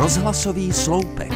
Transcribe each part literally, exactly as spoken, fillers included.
Rozhlasový sloupek.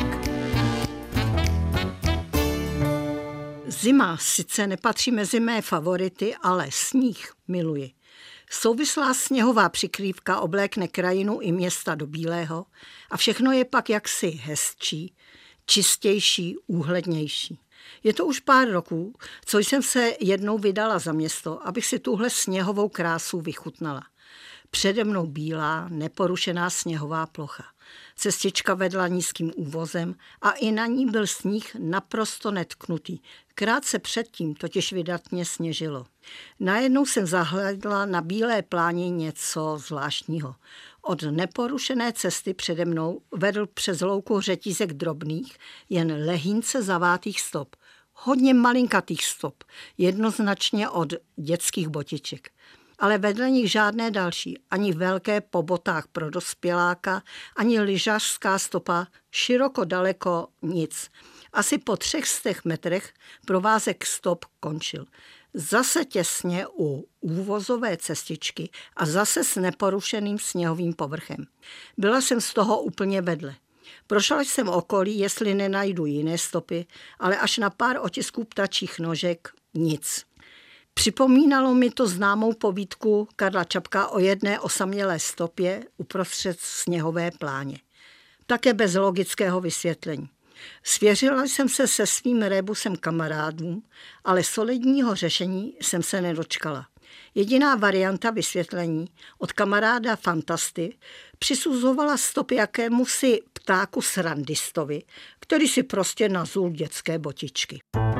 Zima sice nepatří mezi mé favority, ale sníh miluji. Souvislá sněhová přikrývka oblékne krajinu i města do bílého a všechno je pak jaksi hezčí, čistější, úhlednější. Je to už pár roků, co jsem se jednou vydala za město, abych si tuhle sněhovou krásu vychutnala. Přede mnou bílá, neporušená sněhová plocha. Cestička vedla nízkým úvozem a i na ní byl sníh naprosto netknutý. Krátce předtím totiž vydatně sněžilo. Najednou jsem zahlédla na bílé pláni něco zvláštního. Od neporušené cesty přede mnou vedl přes louku řetízek drobných, jen lehínce zavátých stop. Hodně malinkatých stop, jednoznačně od dětských botiček. Ale vedle nich žádné další, ani velké po botách pro dospěláka, ani lyžařská stopa, široko daleko nic. Asi po třech stech metrech provázek stop končil. Zase těsně u úvozové cestičky a zase s neporušeným sněhovým povrchem. Byla jsem z toho úplně vedle. Prošla jsem okolí, jestli nenajdu jiné stopy, ale až na pár otisků ptačích nožek nic. Připomínalo mi to známou povídku Karla Čapka o jedné osamělé stopě uprostřed sněhové pláně. Také bez logického vysvětlení. Svěřila jsem se se svým rébusem kamarádům, ale solidního řešení jsem se nedočkala. Jediná varianta vysvětlení od kamaráda fantasty přisuzovala stopy jakémusi ptáku srandistovi, který si prostě nazul dětské botičky.